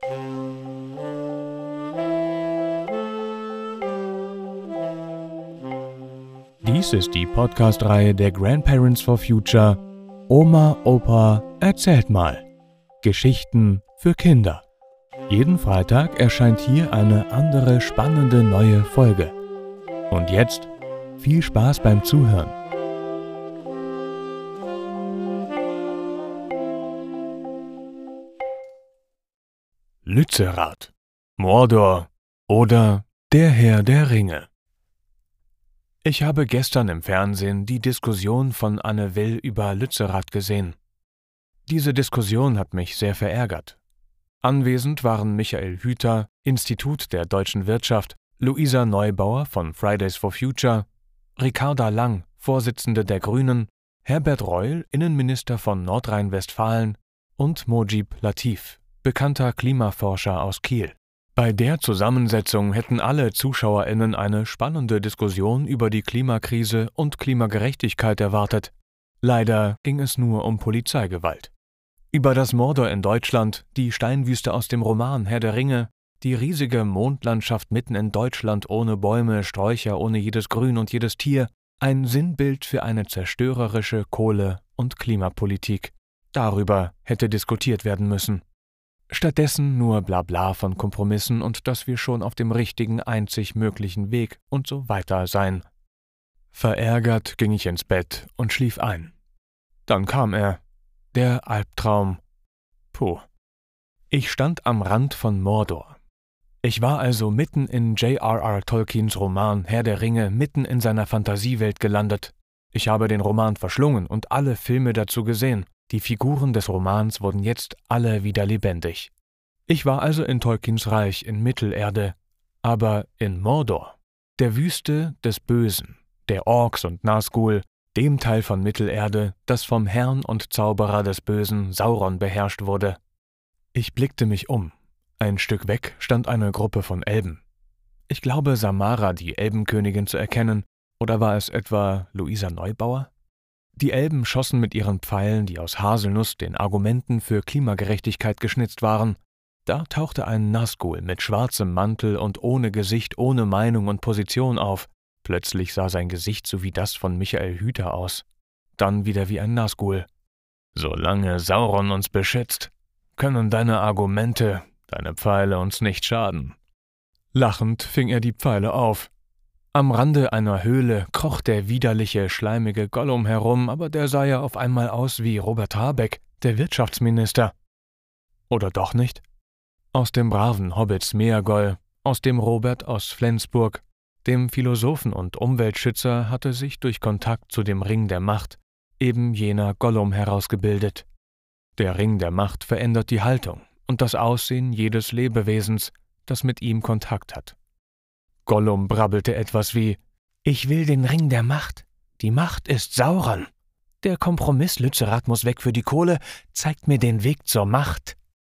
Dies ist die Podcast-Reihe der Grandparents for Future Oma, Opa, erzählt mal. Geschichten für Kinder. Jeden Freitag erscheint hier eine andere spannende neue Folge. Und jetzt viel Spaß beim Zuhören. Lützerath, Mordor oder der Herr der Ringe. Ich habe gestern im Fernsehen die Diskussion von Anne Will über Lützerath gesehen. Diese Diskussion hat mich sehr verärgert. Anwesend waren Michael Hüter, Institut der deutschen Wirtschaft, Luisa Neubauer von Fridays for Future, Ricarda Lang, Vorsitzende der Grünen, Herbert Reul, Innenminister von Nordrhein-Westfalen und Mojib Latif, bekannter Klimaforscher aus Kiel. Bei der Zusammensetzung hätten alle ZuschauerInnen eine spannende Diskussion über die Klimakrise und Klimagerechtigkeit erwartet. Leider ging es nur um Polizeigewalt. Über das Mordor in Deutschland, die Steinwüste aus dem Roman Herr der Ringe, die riesige Mondlandschaft mitten in Deutschland ohne Bäume, Sträucher, ohne jedes Grün und jedes Tier, ein Sinnbild für eine zerstörerische Kohle- und Klimapolitik. Darüber hätte diskutiert werden müssen. Stattdessen nur Blabla von Kompromissen und dass wir schon auf dem richtigen, einzig möglichen Weg und so weiter seien. Verärgert ging ich ins Bett und schlief ein. Dann kam er, der Albtraum. Puh. Ich stand am Rand von Mordor. Ich war also mitten in J.R.R. Tolkiens Roman Herr der Ringe, mitten in seiner Fantasiewelt gelandet. Ich habe den Roman verschlungen und alle Filme dazu gesehen. Die Figuren des Romans wurden jetzt alle wieder lebendig. Ich war also in Tolkiens Reich in Mittelerde, aber in Mordor, der Wüste des Bösen, der Orks und Nazgul, dem Teil von Mittelerde, das vom Herrn und Zauberer des Bösen Sauron beherrscht wurde. Ich blickte mich um. Ein Stück weg stand eine Gruppe von Elben. Ich glaube, Samara, die Elbenkönigin, zu erkennen, oder war es etwa Luisa Neubauer? Die Elben schossen mit ihren Pfeilen, die aus Haselnuss den Argumenten für Klimagerechtigkeit geschnitzt waren. Da tauchte ein Nazgul mit schwarzem Mantel und ohne Gesicht, ohne Meinung und Position auf. Plötzlich sah sein Gesicht so wie das von Michael Hüter aus. Dann wieder wie ein Nazgul. Solange Sauron uns beschützt, können deine Argumente, deine Pfeile uns nicht schaden. Lachend fing er die Pfeile auf. Am Rande einer Höhle kroch der widerliche, schleimige Gollum herum, aber der sah ja auf einmal aus wie Robert Habeck, der Wirtschaftsminister. Oder doch nicht? Aus dem braven Hobbit Smeagol, aus dem Robert aus Flensburg, dem Philosophen und Umweltschützer, hatte sich durch Kontakt zu dem Ring der Macht eben jener Gollum herausgebildet. Der Ring der Macht verändert die Haltung und das Aussehen jedes Lebewesens, das mit ihm Kontakt hat. Gollum brabbelte etwas wie: »Ich will den Ring der Macht. Die Macht ist Sauron. Der Kompromiss Lützerath muss weg für die Kohle, zeigt mir den Weg zur Macht.«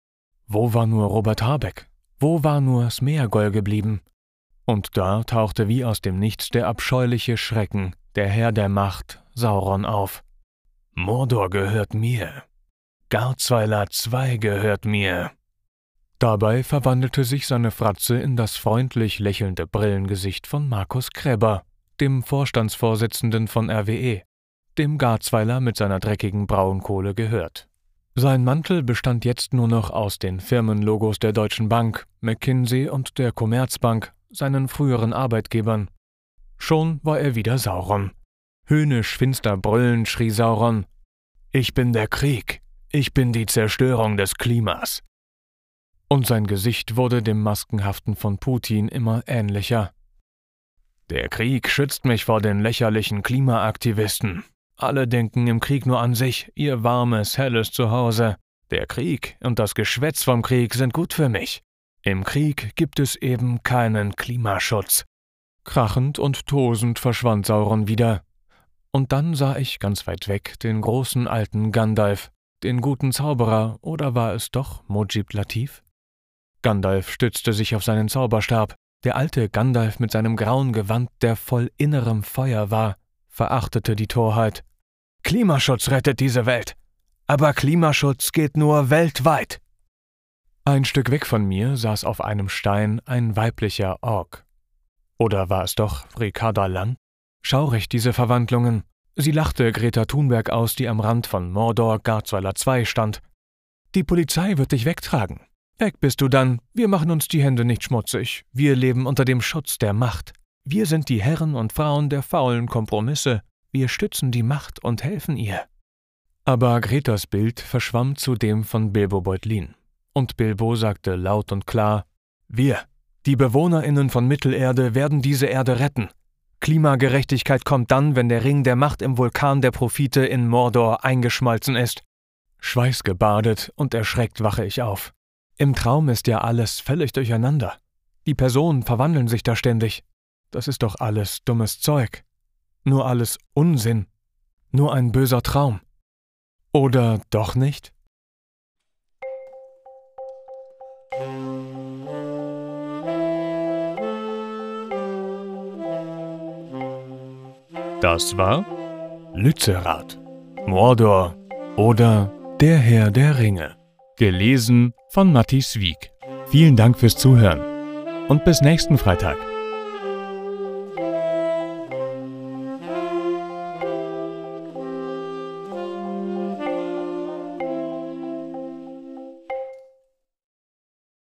Wo war nur Robert Habeck? Wo war nur Smeagol geblieben? Und da tauchte wie aus dem Nichts der abscheuliche Schrecken, der Herr der Macht, Sauron, auf. »Mordor gehört mir. Garzweiler II gehört mir.« Dabei verwandelte sich seine Fratze in das freundlich lächelnde Brillengesicht von Markus Krebber, dem Vorstandsvorsitzenden von RWE, dem Garzweiler mit seiner dreckigen Braunkohle gehört. Sein Mantel bestand jetzt nur noch aus den Firmenlogos der Deutschen Bank, McKinsey und der Commerzbank, seinen früheren Arbeitgebern. Schon war er wieder Sauron. Höhnisch finster brüllend schrie Sauron: »Ich bin der Krieg. Ich bin die Zerstörung des Klimas.« Und sein Gesicht wurde dem Maskenhaften von Putin immer ähnlicher. »Der Krieg schützt mich vor den lächerlichen Klimaaktivisten. Alle denken im Krieg nur an sich, ihr warmes, helles Zuhause. Der Krieg und das Geschwätz vom Krieg sind gut für mich. Im Krieg gibt es eben keinen Klimaschutz.« Krachend und tosend verschwand Sauron wieder. Und dann sah ich ganz weit weg den großen alten Gandalf, den guten Zauberer, oder war es doch Mojib Latif? Gandalf stützte sich auf seinen Zauberstab. Der alte Gandalf mit seinem grauen Gewand, der voll innerem Feuer war, verachtete die Torheit. »Klimaschutz rettet diese Welt, aber Klimaschutz geht nur weltweit.« Ein Stück weg von mir saß auf einem Stein ein weiblicher Ork. Oder war es doch Ricarda Lang? Schaurig, diese Verwandlungen. Sie lachte Greta Thunberg aus, die am Rand von Mordor Garzweiler 2 stand. Die Polizei wird dich wegtragen. Weg bist du dann, wir machen uns die Hände nicht schmutzig. Wir leben unter dem Schutz der Macht. Wir sind die Herren und Frauen der faulen Kompromisse. Wir stützen die Macht und helfen ihr. Aber Gretas Bild verschwamm zu dem von Bilbo Beutlin. Und Bilbo sagte laut und klar: Wir, die BewohnerInnen von Mittelerde, werden diese Erde retten. Klimagerechtigkeit kommt dann, wenn der Ring der Macht im Vulkan der Profite in Mordor eingeschmolzen ist. Schweißgebadet und erschreckt wache ich auf. Im Traum ist ja alles völlig durcheinander. Die Personen verwandeln sich da ständig. Das ist doch alles dummes Zeug. Nur alles Unsinn. Nur ein böser Traum. Oder doch nicht? Das war Lützerath, Mordor oder Der Herr der Ringe. Gelesen von Matti Swiek. Vielen Dank fürs Zuhören und bis nächsten Freitag.